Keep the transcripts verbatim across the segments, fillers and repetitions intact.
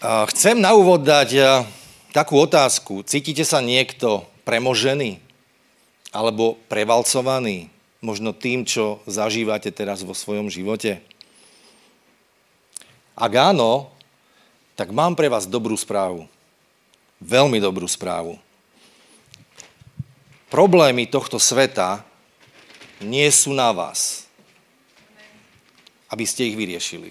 Chcem na úvod dať takú otázku. Cítite sa niekto premožený alebo prevalcovaný možno tým, čo zažívate teraz vo svojom živote? Ak áno, tak mám pre vás dobrú správu. Veľmi dobrú správu. Problémy tohto sveta nie sú na vás, aby ste ich vyriešili.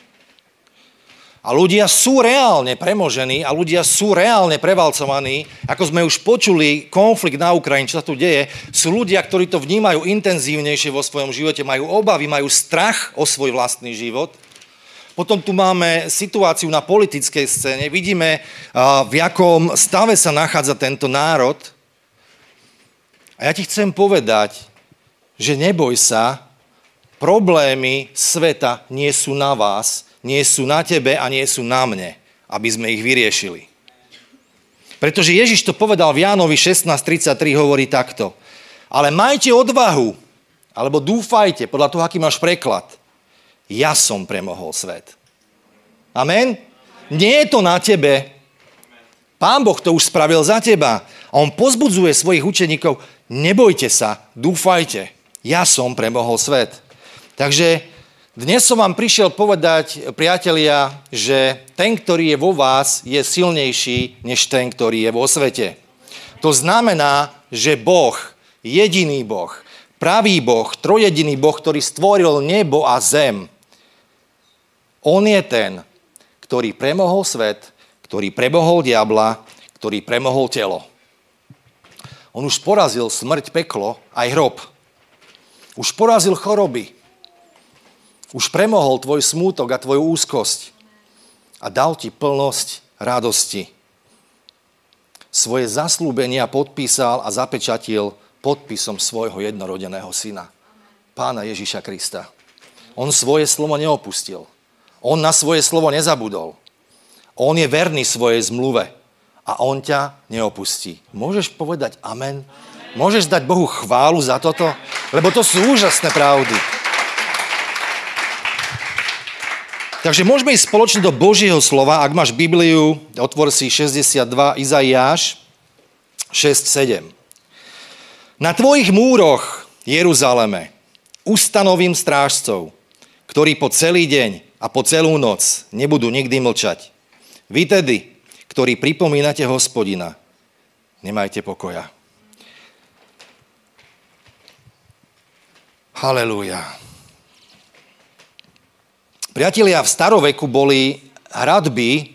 A ľudia sú reálne premožení a ľudia sú reálne prevalcovaní. Ako sme už počuli, konflikt na Ukrajine, čo sa tu deje, sú ľudia, ktorí to vnímajú intenzívnejšie vo svojom živote, majú obavy, majú strach o svoj vlastný život. Potom tu máme situáciu na politickej scéne. Vidíme, v jakom stave sa nachádza tento národ. A ja ti chcem povedať, že neboj sa, problémy sveta nie sú na vás, nie sú na tebe a nie sú na mne, aby sme ich vyriešili. Pretože Ježiš to povedal v Jánovi šestnásť tridsaťtri, hovorí takto. Ale majte odvahu, alebo dúfajte, podľa toho, aký máš preklad. Ja som premohol svet. Amen? Nie je to na tebe. Pán Boh to už spravil za teba. A on pozbudzuje svojich učeníkov, nebojte sa, dúfajte. Ja som premohol svet. Takže dnes som vám prišiel povedať, priatelia, že ten, ktorý je vo vás, je silnejší, než ten, ktorý je vo svete. To znamená, že Boh, jediný Boh, pravý Boh, trojediný Boh, ktorý stvoril nebo a zem, on je ten, ktorý premohol svet, ktorý premohol diabla, ktorý premohol telo. On už porazil smrť, peklo, aj hrob. Už porazil choroby. Už premohol tvoj smútok a tvoju úzkosť a dal ti plnosť radosti. Svoje zaslúbenia podpísal a zapečatil podpisom svojho jednorodeného syna, Pána Ježiša Krista. On svoje slovo neopustil. On na svoje slovo nezabudol. On je verný svojej zmluve a on ťa neopustí. Môžeš povedať amen? Môžeš dať Bohu chválu za toto? Lebo to sú úžasné pravdy. Takže môžeme ísť spoločne do Božieho slova. Ak máš Bibliu, otvor si šesťdesiatdva, Izaiáš šesť sedem. Na tvojich múroch, Jeruzaleme, ustanovím strážcov, ktorí po celý deň a po celú noc nebudú nikdy mlčať. Vy tedy, ktorí pripomínate Hospodina, nemajte pokoja. Halelúja. Priatelia, v staroveku boli hradby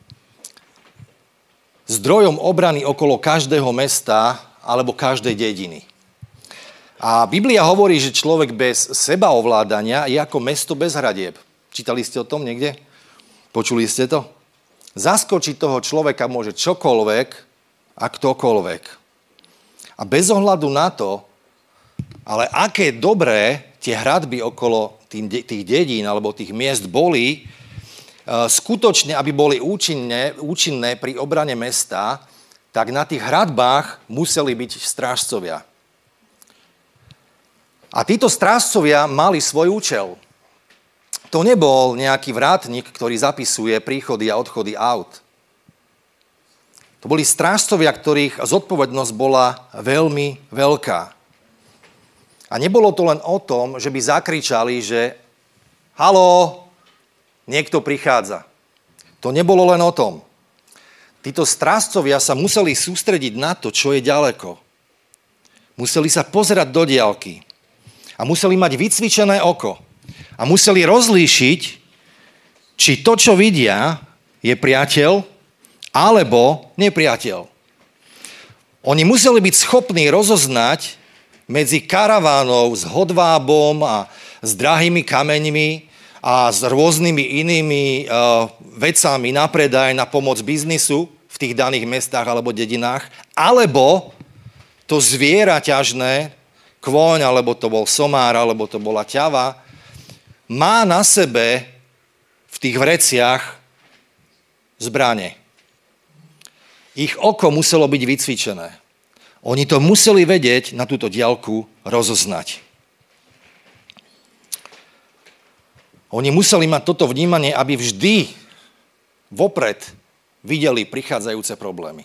zdrojom obrany okolo každého mesta alebo každej dediny. A Biblia hovorí, že človek bez sebaovládania je ako mesto bez hradieb. Čítali ste o tom niekde? Počuli ste to? Zaskočiť toho človeka môže čokoľvek a ktokoľvek. A bez ohľadu na to, ale aké dobré tie hradby okolo tých dedín alebo tých miest boli, skutočne, aby boli účinné, účinné pri obrane mesta, tak na tých hradbách museli byť strážcovia. A títo strážcovia mali svoj účel. To nebol nejaký vrátnik, ktorý zapisuje príchody a odchody aut. To boli strážcovia, ktorých zodpovednosť bola veľmi veľká. A nebolo to len o tom, že by zakričali, že haló, niekto prichádza. To nebolo len o tom. Títo strážcovia sa museli sústrediť na to, čo je ďaleko. Museli sa pozerať do diaľky. A museli mať vycvičené oko. A museli rozlíšiť, či to, čo vidia, je priateľ alebo nepriateľ. Oni museli byť schopní rozoznať medzi karavánou s hodvábom a s drahými kameňmi a s rôznymi inými uh, vecami na predaj, na pomoc biznisu v tých daných mestách alebo dedinách, alebo to zviera ťažné, kôň, alebo to bol somár, alebo to bola ťava, má na sebe v tých vreciach zbrane. Ich oko muselo byť vycvičené. Oni to museli vedieť na túto diaľku rozoznať. Oni museli mať toto vnímanie, aby vždy vopred videli prichádzajúce problémy.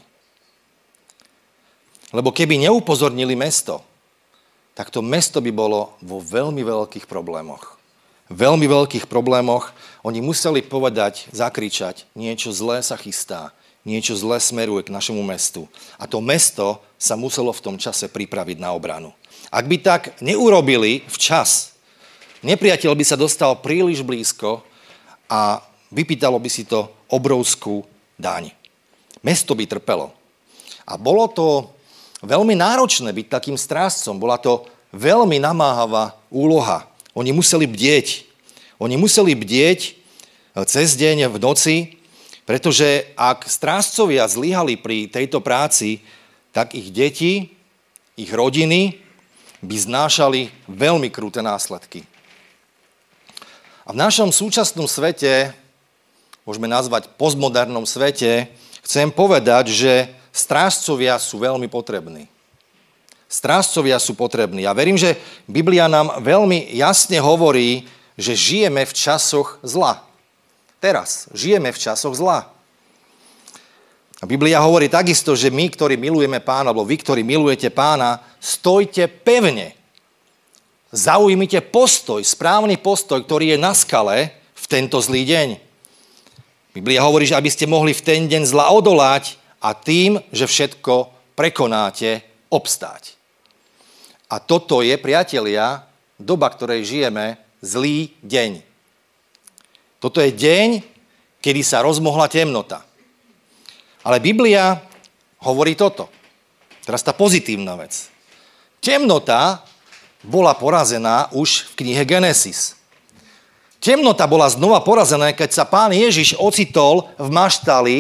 Lebo keby neupozornili mesto, tak to mesto by bolo vo veľmi veľkých problémoch. Veľmi veľkých problémoch. Oni museli povedať, zakričať, niečo zlé sa chystá, niečo zlé smeruje k našemu mestu. A to mesto sa muselo v tom čase pripraviť na obranu. Ak by tak neurobili včas, nepriateľ by sa dostal príliš blízko a vypýtalo by si to obrovskú daň. Mesto by trpelo. A bolo to veľmi náročné byť takým strážcom. Bola to veľmi namáhavá úloha. Oni museli bdieť. Oni museli bdieť cez deň, v noci, pretože ak strážcovia zlyhali pri tejto práci, tak ich deti, ich rodiny by znášali veľmi kruté následky. A v našom súčasnom svete, môžeme nazvať postmodernom svete, chcem povedať, že strážcovia sú veľmi potrební. Strážcovia sú potrební. Ja verím, že Biblia nám veľmi jasne hovorí, že žijeme v časoch zla. Teraz žijeme v časoch zla. A Biblia hovorí takisto, že my, ktorí milujeme Pána, alebo vy, ktorí milujete Pána, stojte pevne. Zaujmite postoj, správny postoj, ktorý je na skale v tento zlý deň. Biblia hovorí, že aby ste mohli v ten deň zla odolať a tým, že všetko prekonáte, obstáť. A toto je, priatelia, doba, ktorej žijeme, zlý deň. Toto je deň, kedy sa rozmohla temnota. Ale Biblia hovorí toto. Teraz tá pozitívna vec. Temnota bola porazená už v knihe Genesis. Temnota bola znova porazená, keď sa Pán Ježiš ocitol v maštali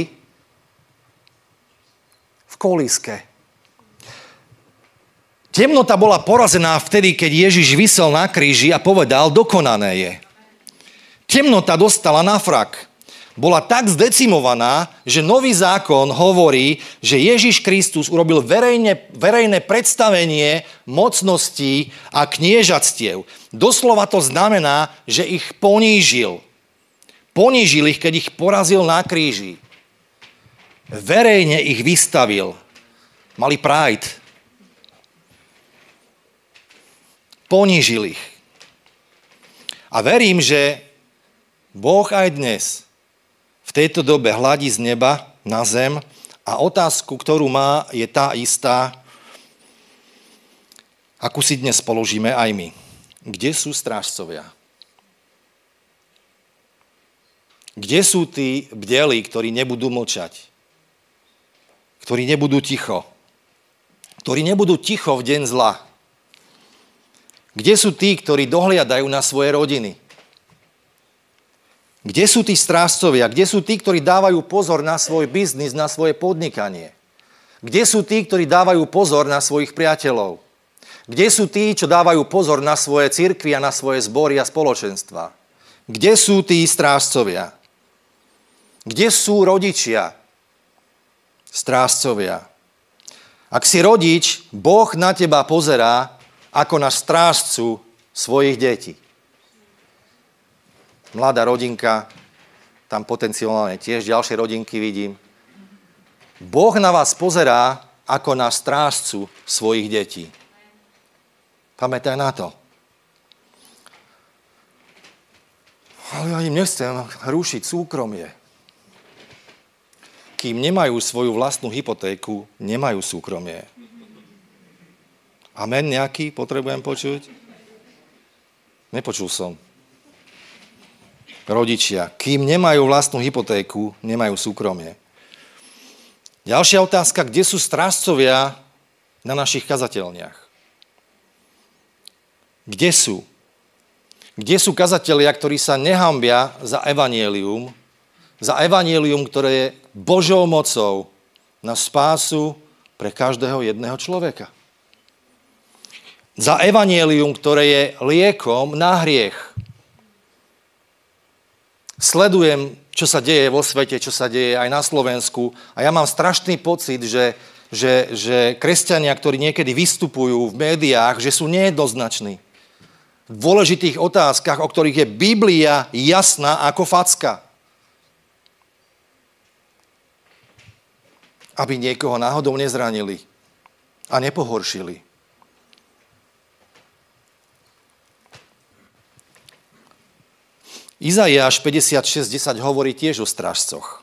v kolíske. Temnota bola porazená vtedy, keď Ježiš visel na kríži a povedal, dokonané je. Temnota dostala na frak. Bola tak zdecimovaná, že nový zákon hovorí, že Ježiš Kristus urobil verejne, verejné predstavenie mocností a kniežatstiev. Doslova to znamená, že ich ponížil. Ponížil ich, keď ich porazil na kríži. Verejne ich vystavil. Mali pride. Ponížil ich. A verím, že Boh aj dnes v tejto dobe hladí z neba na zem a otázku, ktorú má, je tá istá, akú si dnes položíme aj my. Kde sú strážcovia? Kde sú tí bdelí, ktorí nebudú mlčať? Ktorí nebudú ticho? Ktorí nebudú ticho v deň zla? Kde sú tí, ktorí dohliadajú na svoje rodiny? Kde sú tí strážcovia? Kde sú tí, ktorí dávajú pozor na svoj biznis, na svoje podnikanie? Kde sú tí, ktorí dávajú pozor na svojich priateľov? Kde sú tí, čo dávajú pozor na svoje cirkvi a na svoje zbory a spoločenstva? Kde sú tí strážcovia? Kde sú rodičia? Strážcovia. Ak si rodič, Boh na teba pozerá ako na strážcu svojich detí. Mladá rodinka, tam potenciálne tiež ďalšie rodinky vidím. Boh na vás pozerá ako na strážcu svojich detí. Pamätaj na to. Ale ja im nechcem rušiť súkromie. Kým nemajú svoju vlastnú hypotéku, nemajú súkromie. Amen nejaký potrebujem počuť? Nepočul som. Rodičia, kým nemajú vlastnú hypotéku, nemajú súkromie. Ďalšia otázka, kde sú strážcovia na našich kazateľniach? Kde sú? Kde sú kazatelia, ktorí sa nehambia za evanjelium, za evanjelium, ktoré je Božou mocou na spásu pre každého jedného človeka? Za evanjelium, ktoré je liekom na hriech. Sledujem, čo sa deje vo svete, čo sa deje aj na Slovensku a ja mám strašný pocit, že, že, že kresťania, ktorí niekedy vystupujú v médiách, že sú nejednoznační. V dôležitých otázkach, o ktorých je Biblia jasná ako facka. aby niekoho náhodou nezranili a nepohoršili. Izaiáš päťdesiatšesť desať hovorí tiež o strážcoch.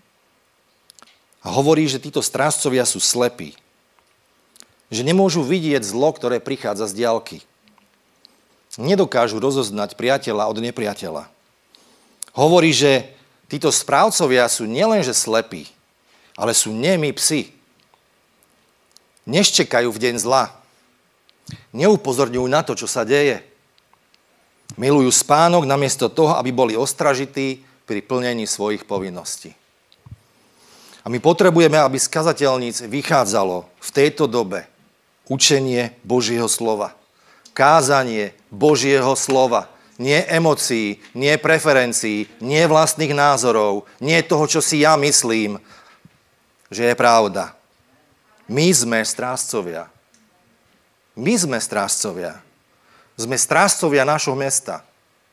A hovorí, že títo strážcovia sú slepí. Že nemôžu vidieť zlo, ktoré prichádza z diaľky. Nedokážu rozoznať priateľa od nepriateľa. Hovorí, že títo správcovia sú nielenže slepí, ale sú nemí psi. Neščekajú v deň zla. Neupozorňujú na to, čo sa deje. Milujú spánok namiesto toho, aby boli ostražití pri plnení svojich povinností. A my potrebujeme, aby z kazateľníc vychádzalo v tejto dobe učenie Božieho slova. Kázanie Božieho slova. Nie emócií, nie preferencií, nie vlastných názorov, nie toho, čo si ja myslím, že je pravda. My sme strážcovia. My sme strážcovia. Sme strážcovia nášho mesta.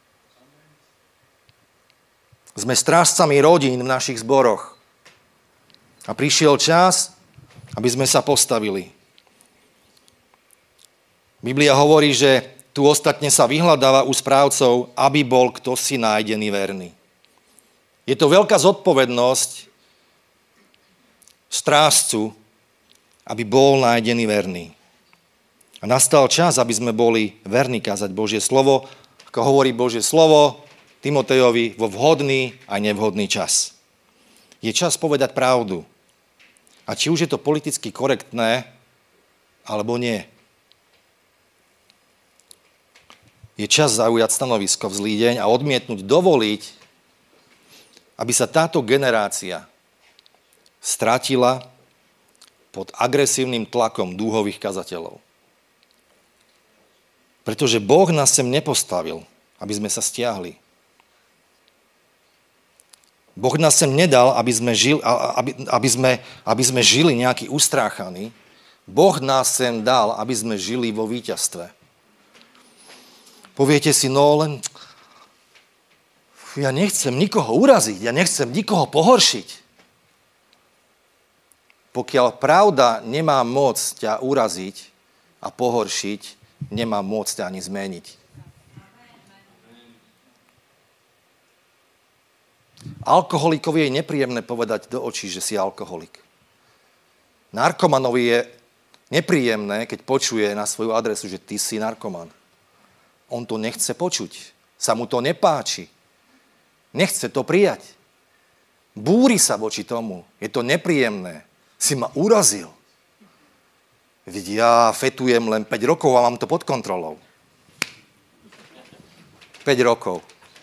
Sme strážcami rodín v našich zboroch. A prišiel čas, aby sme sa postavili. Biblia hovorí, že tu ostatne sa vyhľadáva u správcov, aby bol kto si nájdený verný. Je to veľká zodpovednosť strážcu, aby bol nájdený verný. A nastal čas, aby sme boli verní kázať Božie slovo, ako hovorí Božie slovo Timotejovi, vo vhodný a nevhodný čas. Je čas povedať pravdu. A či už je to politicky korektné, alebo nie. Je čas zaujať stanovisko v zlý deň a odmietnúť, dovoliť, aby sa táto generácia stratila pod agresívnym tlakom dúhových kazateľov. Pretože Boh nás sem nepostavil, aby sme sa stiahli. Boh nás sem nedal, aby sme, žili, aby, aby, sme, aby sme žili nejaký ustráchaný. Boh nás sem dal, aby sme žili vo víťazstve. Poviete si, no len ja nechcem nikoho uraziť, ja nechcem nikoho pohoršiť. Pokiaľ pravda nemá moc ťa uraziť a pohoršiť, nemá moc ťa ani zmeniť. Alkoholikovi je nepríjemné povedať do očí, že si alkoholik. Narkomanovi je nepríjemné, keď počuje na svoju adresu, že ty si narkoman. On to nechce počuť. Sa mu to nepáči. Nechce to prijať. Búri sa voči tomu. Je to nepríjemné. Si ma urazil. Veď ja fetujem len päť rokov a mám to pod kontrolou. päť rokov.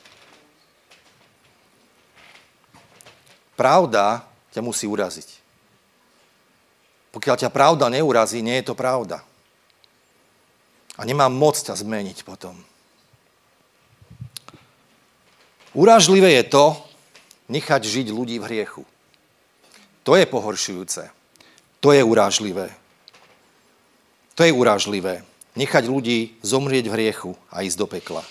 Pravda ťa musí uraziť. Pokiaľ ťa pravda neurazí, nie je to pravda. A nemá moc ťa zmeniť potom. Urážlivé je to, nechať žiť ľudí v hriechu. To je pohoršujúce. To je urážlivé. To je urážlivé. Nechať ľudí zomrieť v hriechu a ísť do pekla.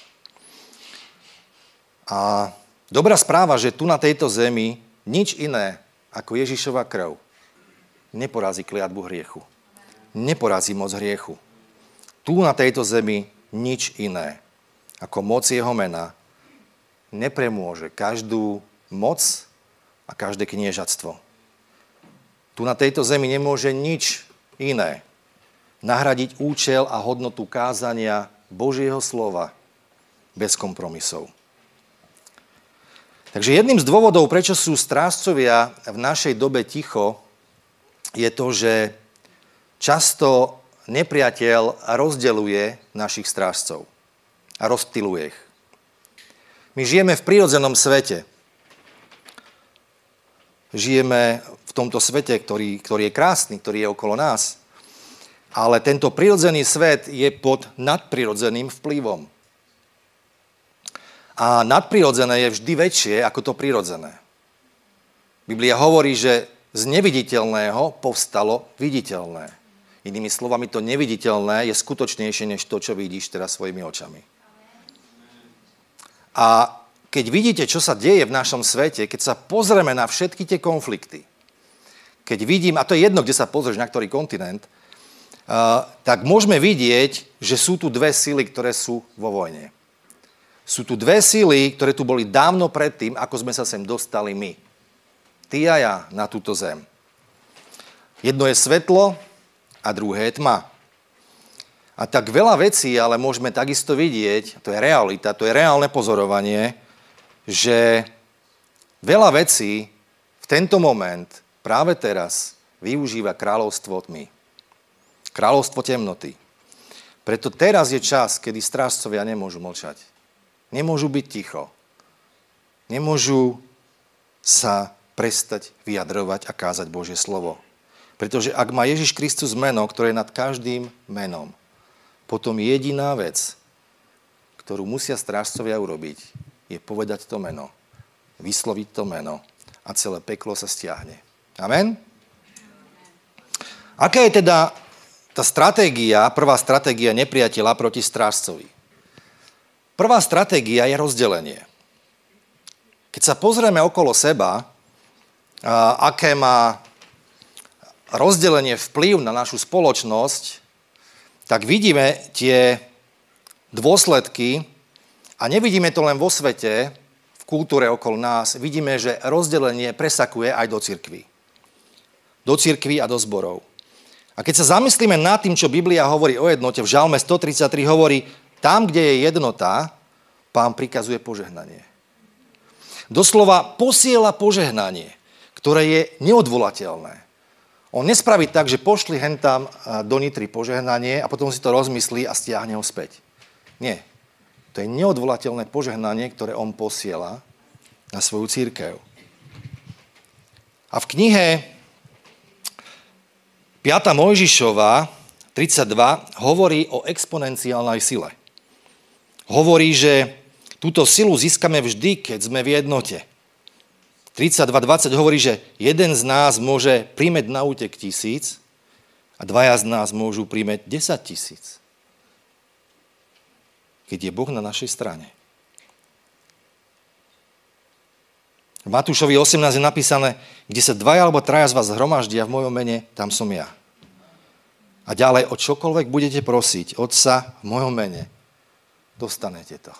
A dobrá správa, že tu na tejto zemi nič iné ako Ježišova krv neporazí kliatbu hriechu. Neporazí moc hriechu. Tu na tejto zemi nič iné ako moc jeho mena nepremôže každú moc a každé kniežatstvo. Tu na tejto zemi nemôže nič iné nahradiť účel a hodnotu kázania Božieho slova bez kompromisov. Takže jedným z dôvodov, prečo sú strážcovia v našej dobe ticho, je to, že často nepriateľ rozdeľuje našich strážcov a rozptyluje ich. My žijeme v prirodzenom svete. Žijeme v tomto svete, ktorý, ktorý je krásny, ktorý je okolo nás. Ale tento prirodzený svet je pod nadprirodzeným vplyvom. A nadprirodzené je vždy väčšie ako to prirodzené. Biblia hovorí, že z neviditeľného povstalo viditeľné. Inými slovami, to neviditeľné je skutočnejšie než to, čo vidíš teraz svojimi očami. A keď vidíte, čo sa deje v našom svete, keď sa pozrieme na všetky tie konflikty, keď vidím, a to je jedno, kde sa pozrieš, na ktorý kontinent, uh, tak môžeme vidieť, že sú tu dve sily, ktoré sú vo vojne. Sú tu dve sily, ktoré tu boli dávno predtým, ako sme sa sem dostali my. Ty a ja na túto zem. Jedno je svetlo a druhé je tma. A tak veľa vecí, ale môžeme takisto vidieť, to je realita, to je reálne pozorovanie, že veľa vecí v tento moment, práve teraz, využíva kráľovstvo tmy. Kráľovstvo temnoty. Preto teraz je čas, kedy strážcovia nemôžu mlčať. Nemôžu byť ticho. Nemôžu sa prestať vyjadrovať a kázať Božie slovo. Pretože ak má Ježiš Kristus meno, ktoré je nad každým menom, potom jediná vec, ktorú musia strážcovia urobiť, je povedať to meno, vysloviť to meno a celé peklo sa stiahne. Amen? Aká je teda tá stratégia, prvá stratégia nepriateľa proti strážcovi? Prvá stratégia je rozdelenie. Keď sa pozrieme okolo seba, aké má rozdelenie vplyv na našu spoločnosť, tak vidíme tie dôsledky a nevidíme to len vo svete, v kultúre okolo nás, vidíme, že rozdelenie presakuje aj do cirkví. Do cirkví a do zborov. A keď sa zamyslíme nad tým, čo Biblia hovorí o jednote, v Žalme stotridsaťtri hovorí, tam, kde je jednota, Pán prikazuje požehnanie. Doslova posiela požehnanie, ktoré je neodvolateľné. On nespraví tak, že pošli hentam do Nitry požehnanie a potom si to rozmyslí a stiahne ho späť. Nie. To je neodvolateľné požehnanie, ktoré on posiela na svoju cirkev. A v knihe piata Mojžišova tridsaťdva hovorí o exponenciálnej sile. Hovorí, že túto silu získame vždy, keď sme v jednote. tridsaťdva dvadsať hovorí, že jeden z nás môže príjmeť na útek tisíc a dvaja z nás môžu príjmeť desať tisíc. Keď je Boh na našej strane. V Matúšovi osemnásť je napísané, kde sa dvaja alebo traja z vás zhromaždia v mojom mene, tam som ja. A ďalej, o čokoľvek budete prosiť Otca v mojom mene, dostanete to.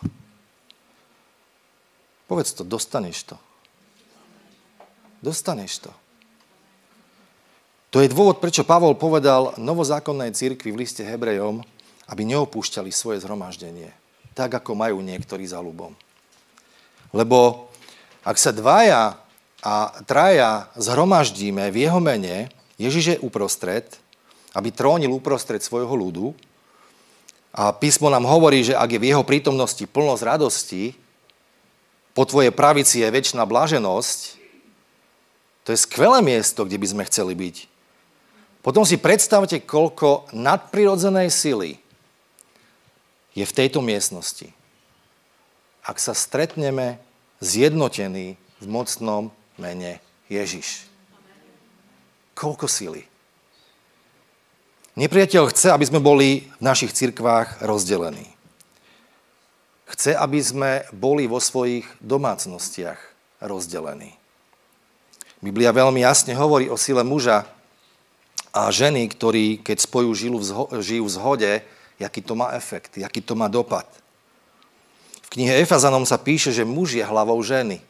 Povedz to, dostaneš to. Dostaneš to. To je dôvod, prečo Pavol povedal novozákonnej cirkvi v liste Hebrejom, aby neopúšťali svoje zhromaždenie, tak ako majú niektorí za ľubom. Lebo ak sa dvaja a traja zhromaždíme v jeho mene, Ježiš je uprostred, aby trónil uprostred svojho ľudu, a písmo nám hovorí, že ak je v jeho prítomnosti plnosť radosti, po tvojej pravici je večná blaženosť, to je skvelé miesto, kde by sme chceli byť. Potom si predstavte, koľko nadprirodzenej sily je v tejto miestnosti. Ak sa stretneme zjednotení v mocnom mene Ježiš. Koľko sily. Nepriateľ chce, aby sme boli v našich cirkvách rozdelení. Chce, aby sme boli vo svojich domácnostiach rozdelení. Biblia veľmi jasne hovorí o sile muža a ženy, ktorí, keď spojú žijú v, zho- žijú v zhode, aký to má efekt, aký to má dopad. V knihe Efezanom sa píše, že muž je hlavou ženy.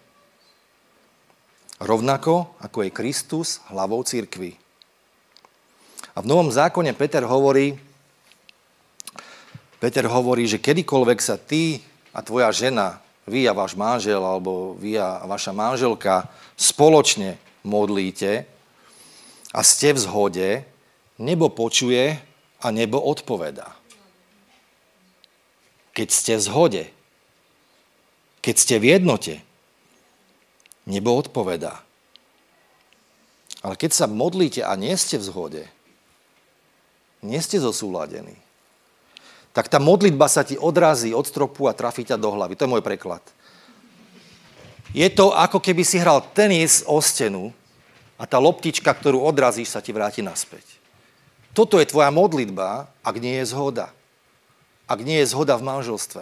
Rovnako ako je Kristus hlavou cirkvi. A v Novom zákone Peter hovorí, Peter hovorí, že kedykoľvek sa ty a tvoja žena, vy a váš manžel, alebo vy a vaša manželka spoločne modlíte a ste v zhode, nebo počuje a nebo odpovedá. Keď ste v zhode, keď ste v jednote, nebo odpovedá. Ale keď sa modlíte a nie ste v zhode, nie ste zosúladení, tak tá modlitba sa ti odrazí od stropu a trafí ťa do hlavy. To je môj preklad. Je to, ako keby si hral tenis o stenu a tá loptička, ktorú odrazíš, sa ti vráti naspäť. Toto je tvoja modlitba, ak nie je zhoda. Ak nie je zhoda v manželstve.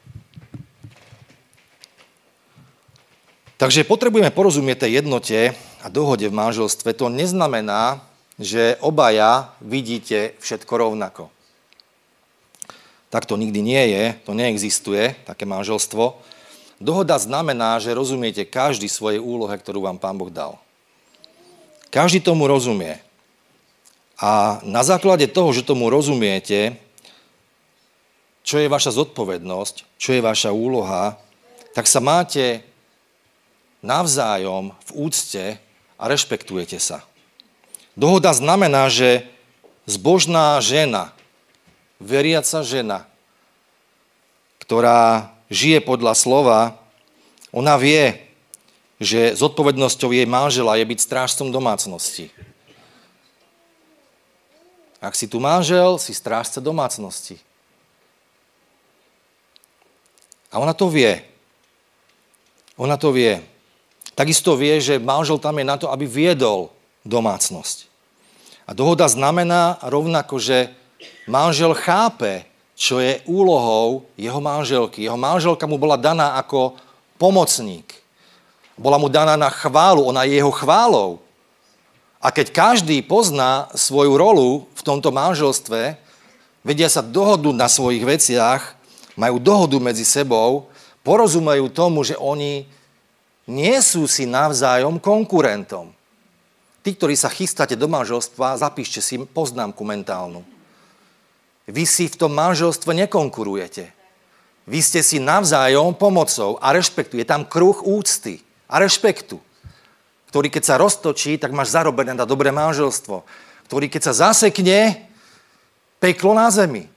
Takže potrebujeme porozumieť tej jednote a dohode v manželstve, to neznamená, že obaja vidíte všetko rovnako. Tak to nikdy nie je, to neexistuje, také manželstvo. Dohoda znamená, že rozumiete každý svojej úlohe, ktorú vám Pán Boh dal. Každý tomu rozumie. A na základe toho, že tomu rozumiete, čo je vaša zodpovednosť, čo je vaša úloha, tak sa máte navzájom v úcte a rešpektujete sa. Dohoda znamená, že zbožná žena, veriaca žena, ktorá žije podľa slova, ona vie, že zodpovednosťou jej manžela je byť strážcom domácnosti. Ak si tu manžel, si strážca domácnosti. A ona to vie. Ona to vie. Takisto vie, že manžel tam je na to, aby viedol domácnosť. A dohoda znamená rovnako, že manžel chápe, čo je úlohou jeho manželky. Jeho manželka mu bola daná ako pomocník. Bola mu daná na chválu, ona je jeho chválou. A keď každý pozná svoju rolu v tomto manželstve, vedia sa dohodnúť na svojich veciach, majú dohodu medzi sebou, porozumejú tomu, že oni nie sú si navzájom konkurentom. Tí, ktorí sa chystáte do manželstva, zapíšte si poznámku mentálnu. Vy si v tom manželstve nekonkurujete. Vy ste si navzájom pomocou a rešpektu. Je tam kruh úcty a rešpektu, ktorý keď sa roztočí, tak máš zarobené na dobré manželstvo. Ktorý keď sa zasekne, peklo na zemi.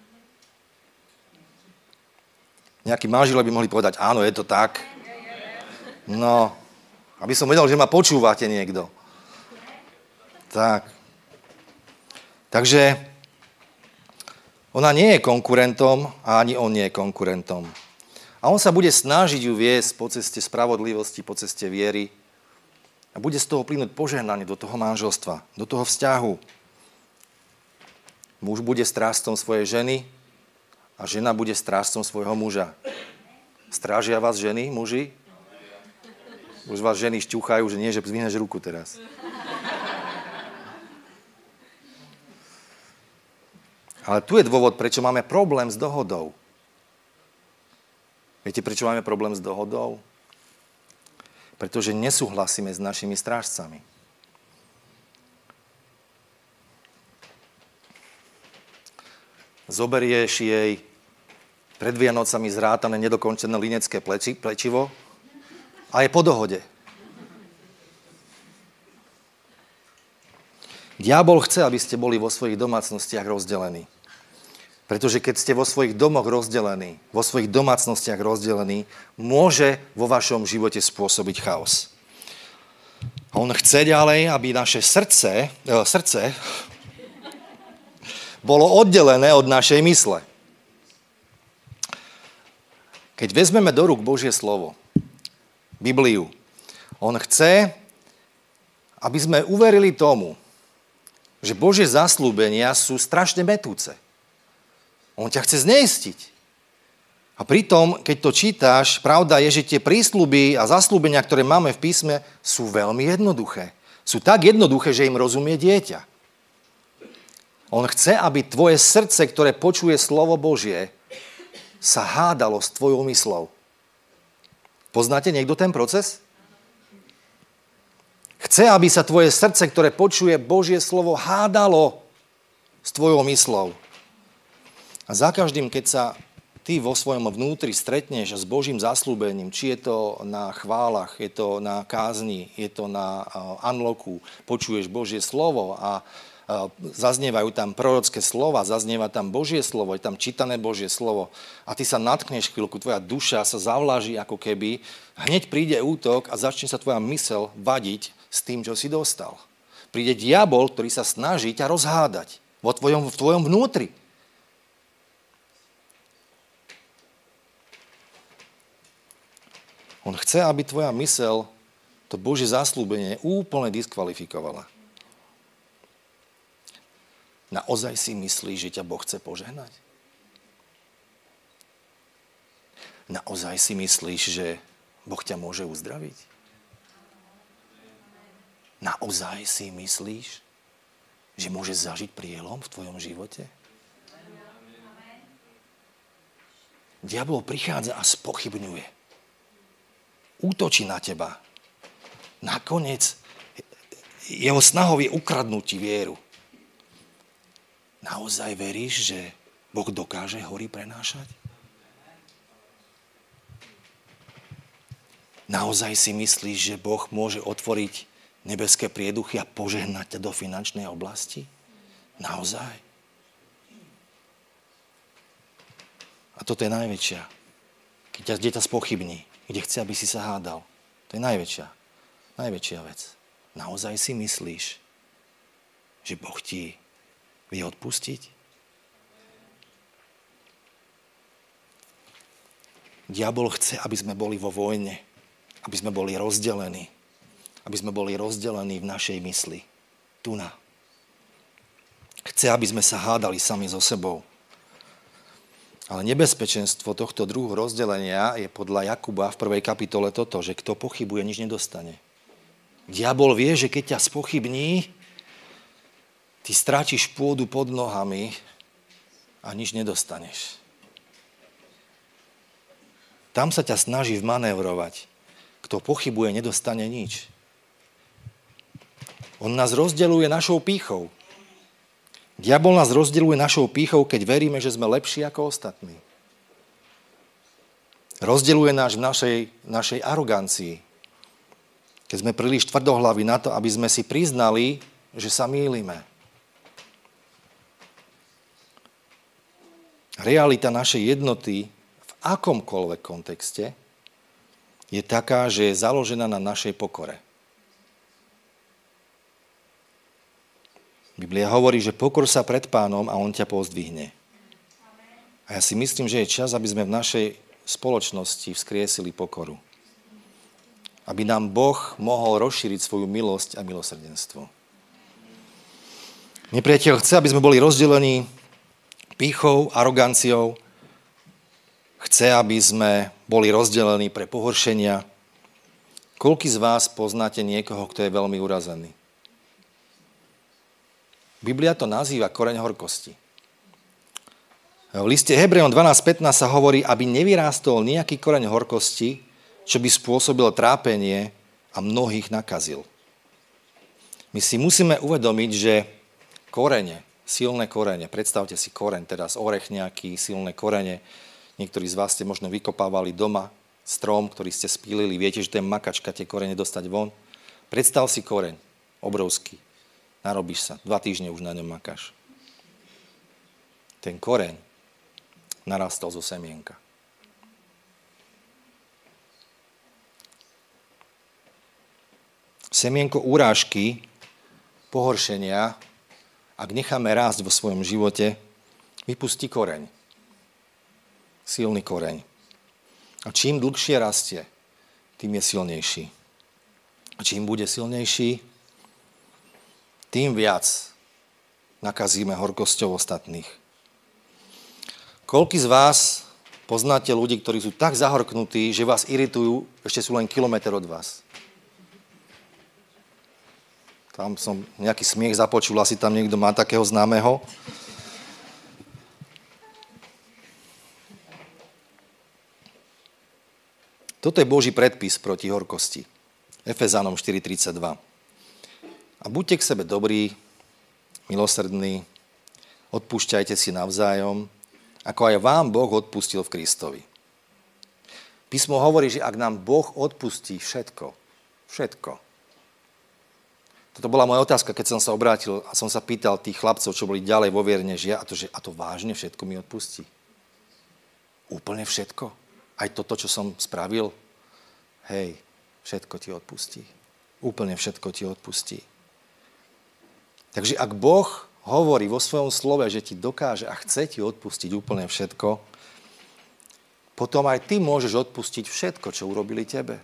Nejakí manželia by mohli povedať, áno, je to tak. No, aby som vedel, že ma počúvate niekto. Tak. Takže ona nie je konkurentom a ani on nie je konkurentom. A on sa bude snažiť ju viesť po ceste spravodlivosti, po ceste viery a bude z toho plynúť požehnanie do toho manželstva, do toho vzťahu. Muž bude strážcom svojej ženy a žena bude strážcom svojho muža. Strážia vás ženy, muži? Už vás ženy šťuchajú, že nie, že zvihneš ruku teraz. Ale tu je dôvod, prečo máme problém s dohodou. Viete, prečo máme problém s dohodou? Pretože nesúhlasíme s našimi strážcami. Zoberieš jej pred Vianocami zrátané nedokončené linecké pleči, plečivo a je po dohode. Diabol chce, aby ste boli vo svojich domácnostiach rozdelení. Pretože keď ste vo svojich domoch rozdelení, vo svojich domácnostiach rozdelení, môže vo vašom živote spôsobiť chaos. A on chce ďalej, aby naše srdce, e, srdce bolo oddelené od našej mysle. Keď vezmeme do rúk Božie slovo, Bibliu, on chce, aby sme uverili tomu, že Božie zasľúbenia sú strašne mätúce. On ťa chce zneistiť. A pritom, keď to čítáš, pravda je, že tie prísľuby a zasľúbenia, ktoré máme v písme, sú veľmi jednoduché. Sú tak jednoduché, že im rozumie dieťa. On chce, aby tvoje srdce, ktoré počuje slovo Božie, sa hádalo s tvojou myslou. Poznáte niekto ten proces? Chce, aby sa tvoje srdce, ktoré počuje Božie slovo, hádalo s tvojou myslou. A za každým, keď sa ty vo svojom vnútri stretneš s Božím zasľúbením, či je to na chválach, je to na kázni, je to na unlocku, počuješ Božie slovo a zaznievajú tam prorocké slova, zaznieva tam Božie slovo, je tam čítané Božie slovo a ty sa natkneš chvíľku, tvoja duša sa zavlaží ako keby, hneď príde útok a začne sa tvoja mysel vadiť s tým, čo si dostal. Príde diabol, ktorý sa snaží ťa rozhádať vo tvojom, v tvojom vnútri. On chce, aby tvoja mysel to Božie zasľúbenie úplne diskvalifikovala. Naozaj si myslíš, že ťa Boh chce požehnať? Naozaj si myslíš, že Boh ťa môže uzdraviť? Naozaj si myslíš, že môžeš zažiť prielom v tvojom živote? Diabol prichádza a spochybňuje. Útočí na teba. Nakoniec jeho snahou je ukradnúť ti vieru. Naozaj veríš, že Boh dokáže hory prenášať? Naozaj si myslíš, že Boh môže otvoriť nebeské prieduchy a požehnať ťa do finančnej oblasti? Naozaj? A toto je najväčšia. Keď ťa dieťa spochybní, kde chce, aby si sa hádal. To je najväčšia. Najväčšia vec. Naozaj si myslíš, že Boh ti vie odpustiť? Diabol chce, aby sme boli vo vojne. Aby sme boli rozdelení. Aby sme boli rozdelení v našej mysli. Tuna. Chce, aby sme sa hádali sami so sebou. Ale nebezpečenstvo tohto druhu rozdelenia je podľa Jakuba v prvej kapitole toto, že kto pochybuje, nič nedostane. Diabol vie, že keď ťa spochybní, ty stráčiš pôdu pod nohami a nič nedostaneš. Tam sa ťa snaží vmanévrovať. Kto pochybuje, nedostane nič. On nás rozdeľuje našou pýchou. Diabol nás rozdeľuje našou pýchou, keď veríme, že sme lepší ako ostatní. Rozdeľuje nás v našej, našej arogancii. Keď sme príliš tvrdohlaví na to, aby sme si priznali, že sa mýlime. Realita našej jednoty v akomkoľvek kontexte je taká, že je založená na našej pokore. Biblia hovorí, že pokor sa pred Pánom a on ťa pozdvihne. A ja si myslím, že je čas, aby sme v našej spoločnosti vzkriesili pokoru. Aby nám Boh mohol rozšíriť svoju milosť a milosrdenstvo. Nepriateľ chce, aby sme boli rozdelení pýchou, aroganciou. Chce, aby sme boli rozdelení pre pohoršenia. Koľký z vás poznáte niekoho, kto je veľmi urazený? Biblia to nazýva koreň horkosti. V liste Hebrejom dvanásť pätnásť sa hovorí, aby nevyrástol nejaký koreň horkosti, čo by spôsobil trápenie a mnohých nakazil. My si musíme uvedomiť, že korene, silné korene, predstavte si koreň, teraz orech nejaký, silné korene, niektorí z vás ste možno vykopávali doma strom, ktorý ste spílili, viete, že to je makačka, tie korene dostať von. Predstav si koreň, obrovský. Narobíš sa, dva týždne už na ňom makáš. Ten koreň narastol zo semienka. Semienko urážky, pohoršenia, ak necháme rásť vo svojom živote, vypustí koreň. Silný koreň. A čím dlhšie rastie, tým je silnejší. A čím bude silnejší, tým viac nakazíme horkosťou ostatných. Koľký z vás poznáte ľudí, ktorí sú tak zahorknutí, že vás iritujú, ešte sú len kilometr od vás? Tam som nejaký smiech započul, asi tam niekto má takého známeho. Toto je Boží predpis proti horkosti. Efezánom štyri tridsaťdva. A buďte k sebe dobrí, milosrdní, odpúšťajte si navzájom, ako aj vám Boh odpustil v Kristovi. Písmo hovorí, že ak nám Boh odpustí všetko, všetko. Toto bola moja otázka, keď som sa obrátil a som sa pýtal tých chlapcov, čo boli ďalej vo viere než ja, a to, že a to vážne všetko mi odpustí. Úplne všetko. Aj toto, čo som spravil, hej, všetko ti odpustí. Úplne všetko ti odpustí. Takže ak Boh hovorí vo svojom slove, že ti dokáže a chce ti odpustiť úplne všetko, potom aj ty môžeš odpustiť všetko, čo urobili tebe.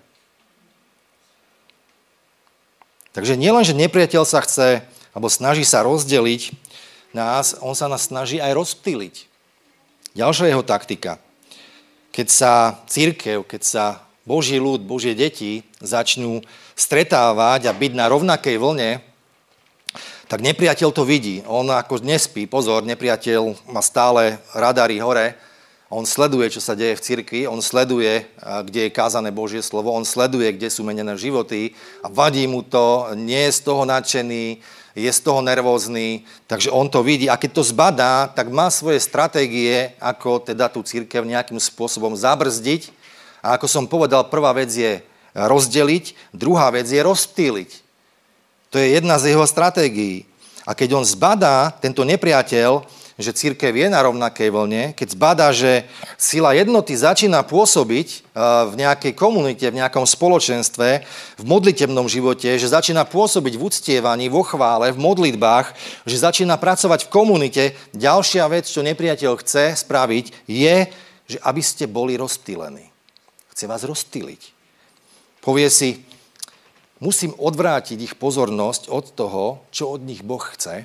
Takže nielen, že nepriateľ sa chce, alebo snaží sa rozdeliť nás, on sa nás snaží aj rozptýliť. Ďalšia jeho taktika. Keď sa cirkev, keď sa Boží ľud, Božie deti začnú stretávať a byť na rovnakej vlne, tak nepriateľ to vidí. On ako nespí, pozor, nepriateľ má stále radary hore, on sleduje, čo sa deje v cirkvi, on sleduje, kde je kázané Božie slovo, on sleduje, kde sú menené životy a vadí mu to, nie je z toho nadšený, je z toho nervózny, takže on to vidí a keď to zbadá, tak má svoje stratégie, ako teda tú cirkev nejakým spôsobom zabrzdiť a ako som povedal, prvá vec je rozdeliť, druhá vec je rozptýliť. To je jedna z jeho stratégií. A keď on zbadá, tento nepriateľ, že cirkev je na rovnakej vlne, keď zbadá, že sila jednoty začína pôsobiť v nejakej komunite, v nejakom spoločenstve, v modlitebnom živote, že začína pôsobiť v uctievaní, vo chvále, v modlitbách, že začína pracovať v komunite, ďalšia vec, čo nepriateľ chce spraviť, je, že aby ste boli rozptýlení. Chce vás rozptýliť. Povie si, musím odvrátiť ich pozornosť od toho, čo od nich Boh chce,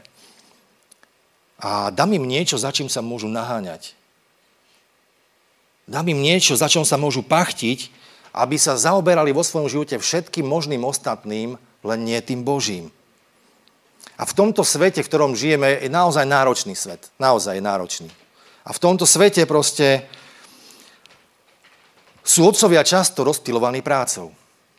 a dám im niečo, za čím sa môžu naháňať. Dám im niečo, za čím sa môžu pachtiť, aby sa zaoberali vo svojom živote všetkým možným ostatným, len nie tým Božím. A v tomto svete, v ktorom žijeme, je naozaj náročný svet. Naozaj je náročný. A v tomto svete proste sú otcovia často rozptylovaní prácou.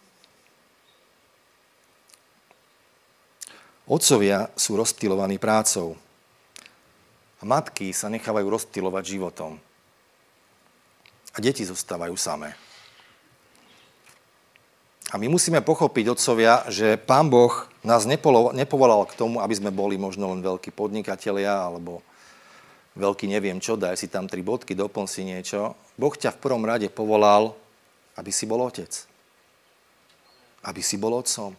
Otcovia sú rozptylovaní prácou. A matky sa nechávajú rozptylovať životom. A deti zostávajú samé. A my musíme pochopiť, otcovia, že Pán Boh nás nepovolal k tomu, aby sme boli možno len veľkí podnikatelia, alebo veľký neviem čo, daj si tam tri bodky, doplň si niečo. Boh ťa v prvom rade povolal, aby si bol otec. Aby si bol otcom.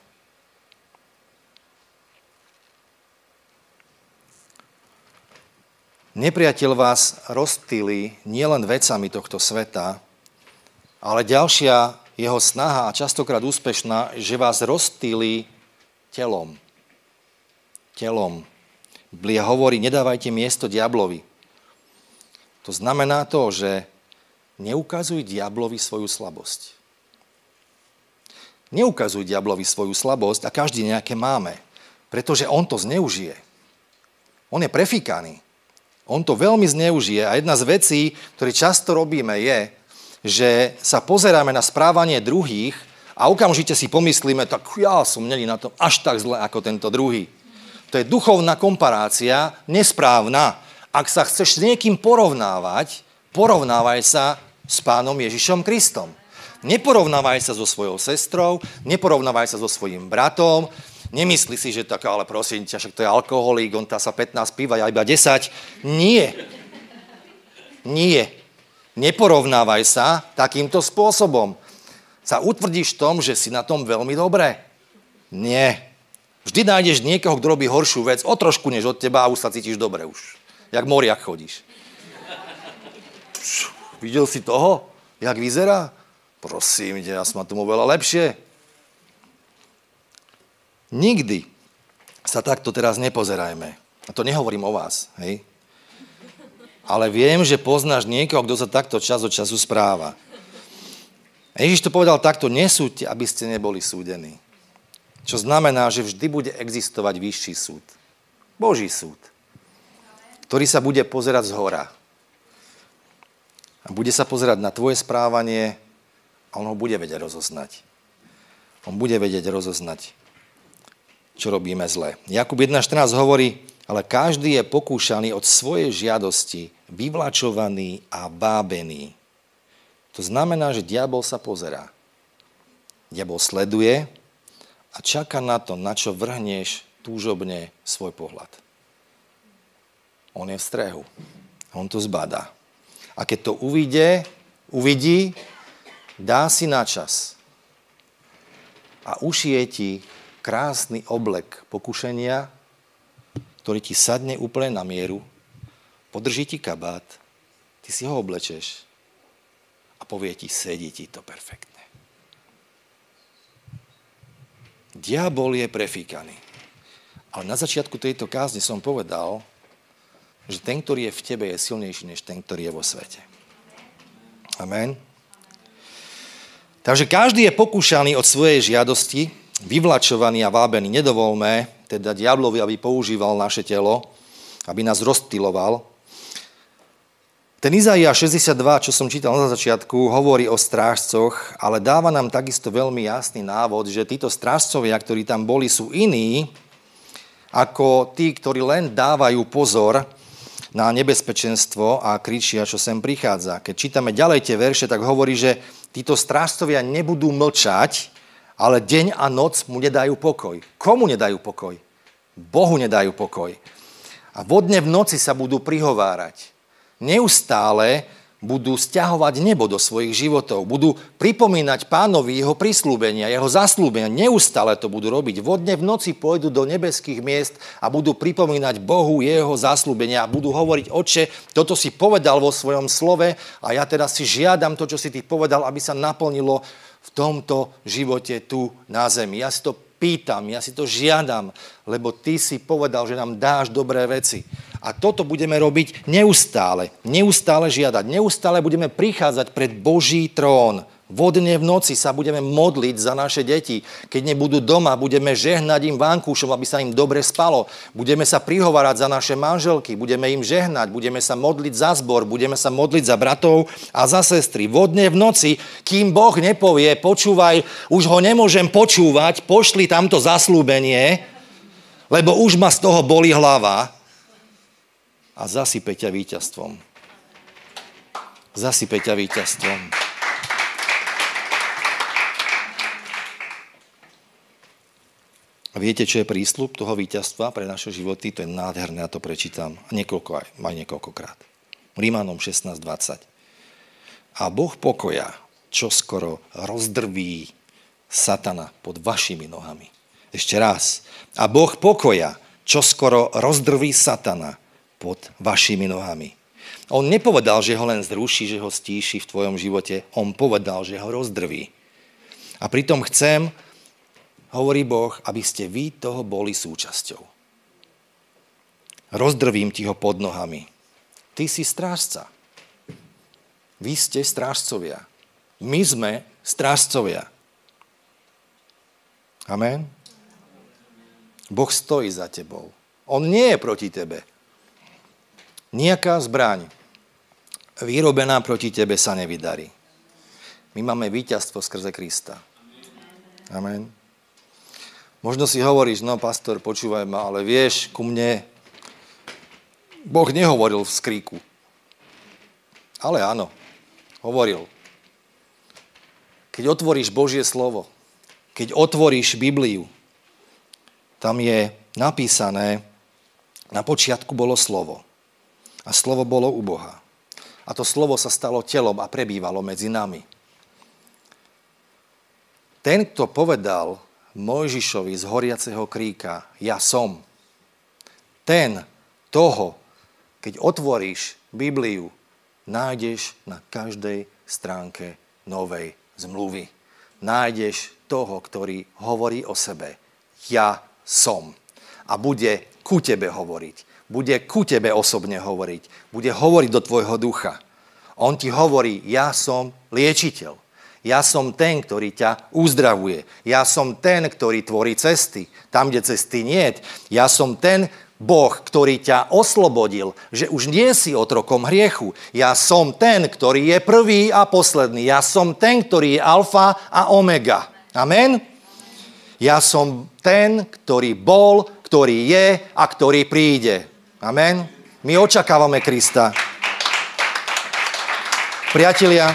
Nepriateľ vás rozptýli nielen vecami tohto sveta, ale ďalšia jeho snaha a častokrát úspešná, že vás rozptýli telom. Telom. Biblia hovorí, nedávajte miesto diablovi. To znamená to, že neukazuj diablovi svoju slabosť. Neukazuj diablovi svoju slabosť a každý nejaké máme, pretože on to zneužije. On je prefíkaný. On to veľmi zneužije a jedna z vecí, ktoré často robíme, je, že sa pozeráme na správanie druhých a okamžite si pomyslíme, tak ja som není na tom až tak zle ako tento druhý. To je duchovná komparácia, nesprávna. Ak sa chceš s niekým porovnávať, porovnávaj sa s Pánom Ježišom Kristom. Neporovnávaj sa so svojou sestrou, neporovnávaj sa so svojím bratom, nemyslí si, že tak, ale prosím ťa, však to je alkoholík, on tá sa pätnásť piva, ja iba desať. Nie. Nie. Neporovnávaj sa takýmto spôsobom. Sa utvrdíš v tom, že si na tom veľmi dobré. Nie. Vždy nájdeš niekoho, kto robí horšiu vec, o trošku než od teba a už sa cítiš dobre už. Jak moriak chodíš. Pš, videl si toho? Jak vyzerá? Prosím ťa, ja som na tomu veľa lepšie. Nikdy sa takto teraz nepozerajme. A to nehovorím o vás, hej? Ale viem, že poznáš niekoho, kto sa takto čas od času správa. A Ježiš to povedal takto, nesúďte, aby ste neboli súdení. Čo znamená, že vždy bude existovať vyšší súd. Boží súd. Ktorý sa bude pozerať zhora. A bude sa pozerať na tvoje správanie a on ho bude vedieť rozoznať. On bude vedieť rozoznať, čo robíme zle. Jakub jedna štrnásť hovorí, ale každý je pokúšaný od svojej žiadosti, vyvlačovaný a vábený. To znamená, že diabol sa pozerá. Diabol sleduje a čaká na to, na čo vrhneš túžobne svoj pohľad. On je v strehu. On to zbadá. A keď to uvidí, uvidí, dá si na čas. A ušije ti krásny oblek pokušenia, ktorý ti sadne úplne na mieru, podrží ti kabát, ty si ho oblečeš a povie ti, sedí ti to perfektne. Diabol je prefíkaný. Ale na začiatku tejto kázne som povedal, že ten, ktorý je v tebe, je silnejší než ten, ktorý je vo svete. Amen. Takže každý je pokúšaný od svojej žiadosti, vyvlačovaný a vábený. Nedovolme teda diablovi, aby používal naše telo, aby nás rozptyloval. Ten Izaiáš šesťdesiatdva, čo som čítal na začiatku, hovorí o strážcoch, ale dáva nám takisto veľmi jasný návod, že títo strážcovia, ktorí tam boli, sú iní ako tí, ktorí len dávajú pozor na nebezpečenstvo a kričia, čo sem prichádza. Keď čítame ďalej tie verše, tak hovorí, že títo strážcovia nebudú mlčať, ale deň a noc mu nedajú pokoj. Komu nedajú pokoj? Bohu nedajú pokoj. A vodne v noci sa budú prihovárať. Neustále budú sťahovať nebo do svojich životov. Budú pripomínať Pánovi jeho prislúbenia, jeho zaslúbenia. Neustále to budú robiť. Vodne v noci pôjdu do nebeských miest a budú pripomínať Bohu jeho zaslúbenia. A budú hovoriť, Otče, toto si povedal vo svojom slove a ja teda si žiadam to, čo si ty povedal, aby sa naplnilo v tomto živote tu na zemi. Ja si to pýtam, ja si to žiadam, lebo ty si povedal, že nám dáš dobré veci. A toto budeme robiť neustále, neustále žiadať, neustále budeme prichádzať pred Boží trón. Vodne v noci sa budeme modliť za naše deti. Keď nebudú doma, budeme žehnať im vankúšom, aby sa im dobre spalo. Budeme sa prihovárať za naše manželky, budeme im žehnať, budeme sa modliť za zbor, budeme sa modliť za bratov a za sestry. Vodne v noci, kým Boh nepovie, počúvaj, už ho nemôžem počúvať, pošli tamto zaslúbenie, lebo už ma z toho bolí hlava a zasype ťa víťazstvom. Zasype ťa víťazstvom. A viete, čo je prísľub toho víťazstva pre naše životy? To je nádherné, ja to prečítam niekoľko, aj, aj niekoľkokrát. Rímanom šestnásť dvadsať. A Boh pokoja, čo skoro rozdrví satana pod vašimi nohami. Ešte raz. A Boh pokoja, čo skoro rozdrví satana pod vašimi nohami. On nepovedal, že ho len zruší, že ho stíši v tvojom živote. On povedal, že ho rozdrví. A pritom chcem, hovorí Boh, aby ste vy toho boli súčasťou. Rozdrvím ti ho pod nohami. Ty si strážca. Vy ste strážcovia. My sme strážcovia. Amen? Boh stojí za tebou. On nie je proti tebe. Nejaká zbraň vyrobená proti tebe sa nevydarí. My máme víťazstvo skrze Krista. Amen. Možno si hovoríš, no pastor, počúvaj ma, ale vieš, ku mne Boh nehovoril v skríku. Ale áno, hovoril. Keď otvoríš Božie slovo, keď otvoríš Bibliu, tam je napísané, na počiatku bolo slovo. A slovo bolo u Boha. A to slovo sa stalo telom a prebývalo medzi nami. Ten, kto povedal Mojžišovi z horiaceho kríka, ja som, ten toho, keď otvoríš Bibliu, nájdeš na každej stránke novej zmluvy. Nájdeš toho, ktorý hovorí o sebe, ja som. A bude ku tebe hovoriť. Bude ku tebe osobne hovoriť. Bude hovoriť do tvojho ducha. On ti hovorí, ja som liečiteľ. Ja som ten, ktorý ťa uzdravuje. Ja som ten, ktorý tvorí cesty. Tam, kde cesty niet. Ja som ten Boh, ktorý ťa oslobodil, že už nie si otrokom hriechu. Ja som ten, ktorý je prvý a posledný. Ja som ten, ktorý je alfa a omega. Amen? Ja som ten, ktorý bol, ktorý je a ktorý príde. Amen? My očakávame Krista. Priatelia,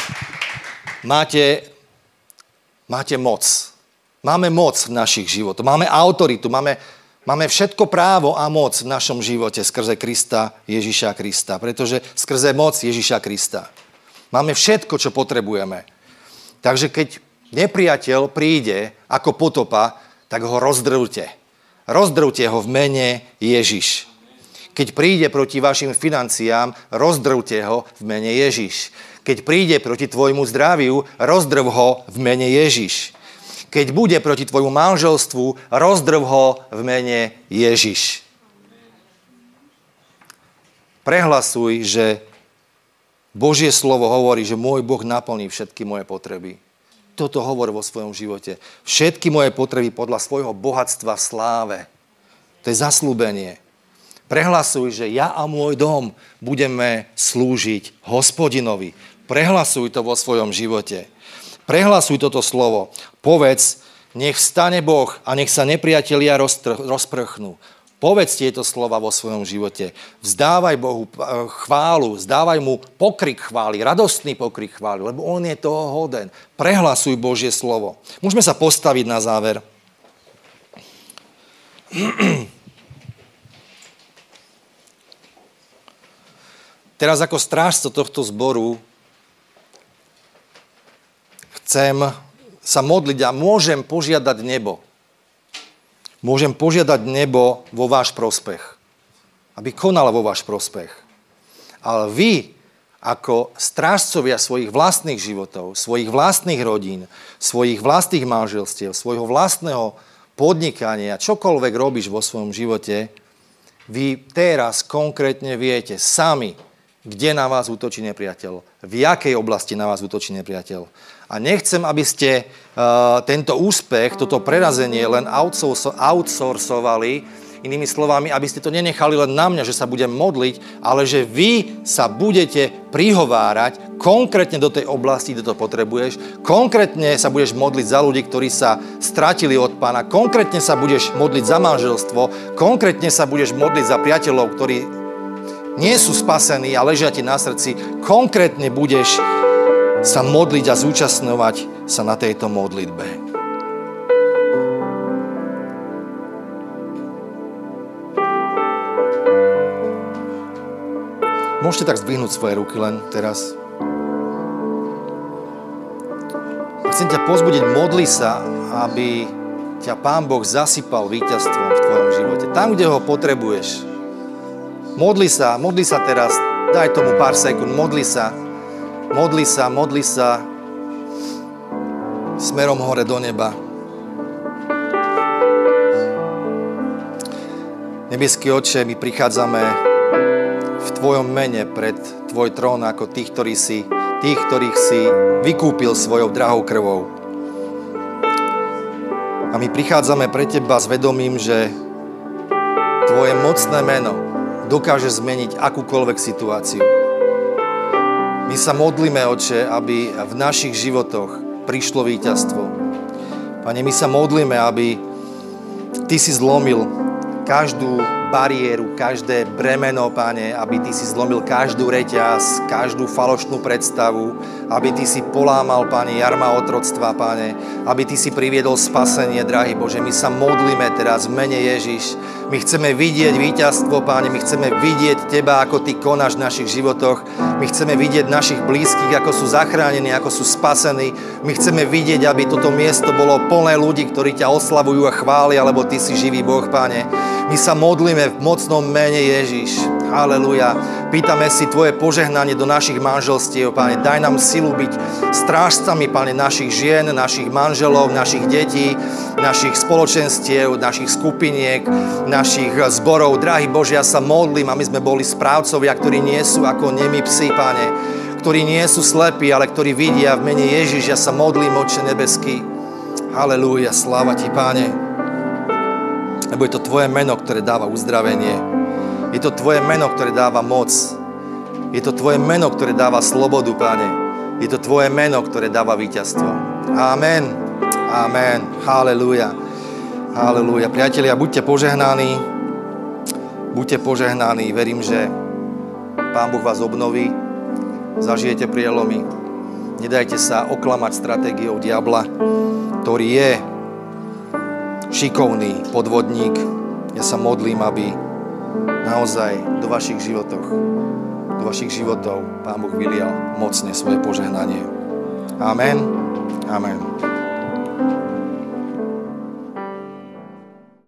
máte, máte moc. Máme moc v našich životoch. Máme autoritu, máme, máme všetko právo a moc v našom živote skrze Krista, Ježiša Krista. Pretože skrze moc Ježiša Krista. Máme všetko, čo potrebujeme. Takže keď nepriateľ príde ako potopa, tak ho rozdrvte. Rozdrvte ho v mene Ježiš. Keď príde proti vašim financiám, rozdrvte ho v mene Ježiš. Keď príde proti tvojmu zdraviu, rozdrv ho v mene Ježiš. Keď bude proti tvojmu manželstvu, rozdrv ho v mene Ježiš. Prehlasuj, že Božie slovo hovorí, že môj Boh naplní všetky moje potreby. toto hovor vo svojom živote. Všetky moje potreby podľa svojho bohatstva v sláve. To je zasľúbenie. Prehlasuj, že ja a môj dom budeme slúžiť Hospodinovi. Prehlasuj to vo svojom živote. Prehlasuj toto slovo. Povedz, nech vstane Boh a nech sa nepriatelia rozprchnú. Povedz tieto slova vo svojom živote. Vzdávaj Bohu chválu, vzdávaj mu pokrik chvály, radostný pokrik chvály, lebo on je toho hoden. Prehlasuj Božie slovo. Môžeme sa postaviť na záver. Teraz ako strážco tohto zboru chcem sa modliť a môžem požiadať nebo. Môžem požiadať nebo vo váš prospech. Aby konala vo váš prospech. Ale vy, ako strážcovia svojich vlastných životov, svojich vlastných rodín, svojich vlastných manželstiev, svojho vlastného podnikania, čokoľvek robíš vo svojom živote, vy teraz konkrétne viete sami, kde na vás útočí nepriateľ, v jakej oblasti na vás útočí nepriateľ. A nechcem, aby ste uh, tento úspech, toto prerazenie len outsourcovali, inými slovami, aby ste to nenechali len na mňa, že sa budem modliť, ale že vy sa budete prihovárať konkrétne do tej oblasti, kde to potrebuješ, konkrétne sa budeš modliť za ľudí, ktorí sa stratili od Pána, konkrétne sa budeš modliť za manželstvo, konkrétne sa budeš modliť za priateľov, ktorí nie sú spasení a ležia ti na srdci, konkrétne budeš sa modliť a zúčastňovať sa na tejto modlitbe. Môžete tak zdvihnúť svoje ruky len teraz. Chcem ťa pozbudiť, modli sa, aby ťa Pán Boh zasypal víťazstvom v tvojom živote. Tam, kde ho potrebuješ. Modli sa, modli sa teraz, daj tomu pár sekúnd, modli sa. Modli sa, modli sa smerom hore do neba. Nebeský Otče, my prichádzame v Tvojom mene pred Tvoj trón ako tých, ktorí si, tých, ktorých si vykúpil svojou drahou krvou. A my prichádzame pre Teba s vedomím, že Tvoje mocné meno dokáže zmeniť akúkoľvek situáciu. My sa modlíme, Otče, aby v našich životoch prišlo víťazstvo. Pane, my sa modlíme, aby Ty si zlomil každú bariéru, každé bremeno, Pane, aby Ty si zlomil každú reťaz, každú falošnú predstavu, aby Ty si polámal, Pane, jarma otroctva, Pane, aby Ty si priviedol spasenie, drahý Bože. My sa modlíme teraz v mene Ježiš. My chceme vidieť víťazstvo, Pane, my chceme vidieť Teba, ako Ty konáš v našich životoch. My chceme vidieť našich blízkych, ako sú zachránení, ako sú spasení. My chceme vidieť, aby toto miesto bolo plné ľudí, ktorí ťa oslavujú a chvália, lebo Ty si živý Boh, Pane. My sa modlíme v mocnom mene Ježiš. Halelúja. Pýtame si Tvoje požehnanie do našich manželstiev, Pane. Daj nám silu byť strážcami, Pane, našich žien, našich manželov, našich detí, našich spoločenstiev, našich skupiniek, našich zborov. Drahý Bože, ja sa modlím, aby sme boli správcovia, ktorí nie sú ako nemí psi, Pane, ktorí nie sú slepí, ale ktorí vidia v mene Ježiš. Ja sa modlím, Otče nebeský. Halelúja, sláva Ti, Pane. Lebo je to Tvoje meno, ktoré dáva uzdravenie. Je to Tvoje meno, ktoré dáva moc. Je to Tvoje meno, ktoré dáva slobodu, Pane. Je to Tvoje meno, ktoré dáva víťazstvo. Amen. Amen. Halelúja. Halelúja. Priatelia, buďte požehnaní. Buďte požehnaní. Verím, že Pán Boh vás obnoví. Zažijete prielomy. Nedajte sa oklamať stratégiou diabla, ktorý je šikovný podvodník. Ja sa modlím, aby naozaj do vašich životoch, do vašich životov Pán Boh vylial mocne svoje požehnanie. Amen. Amen.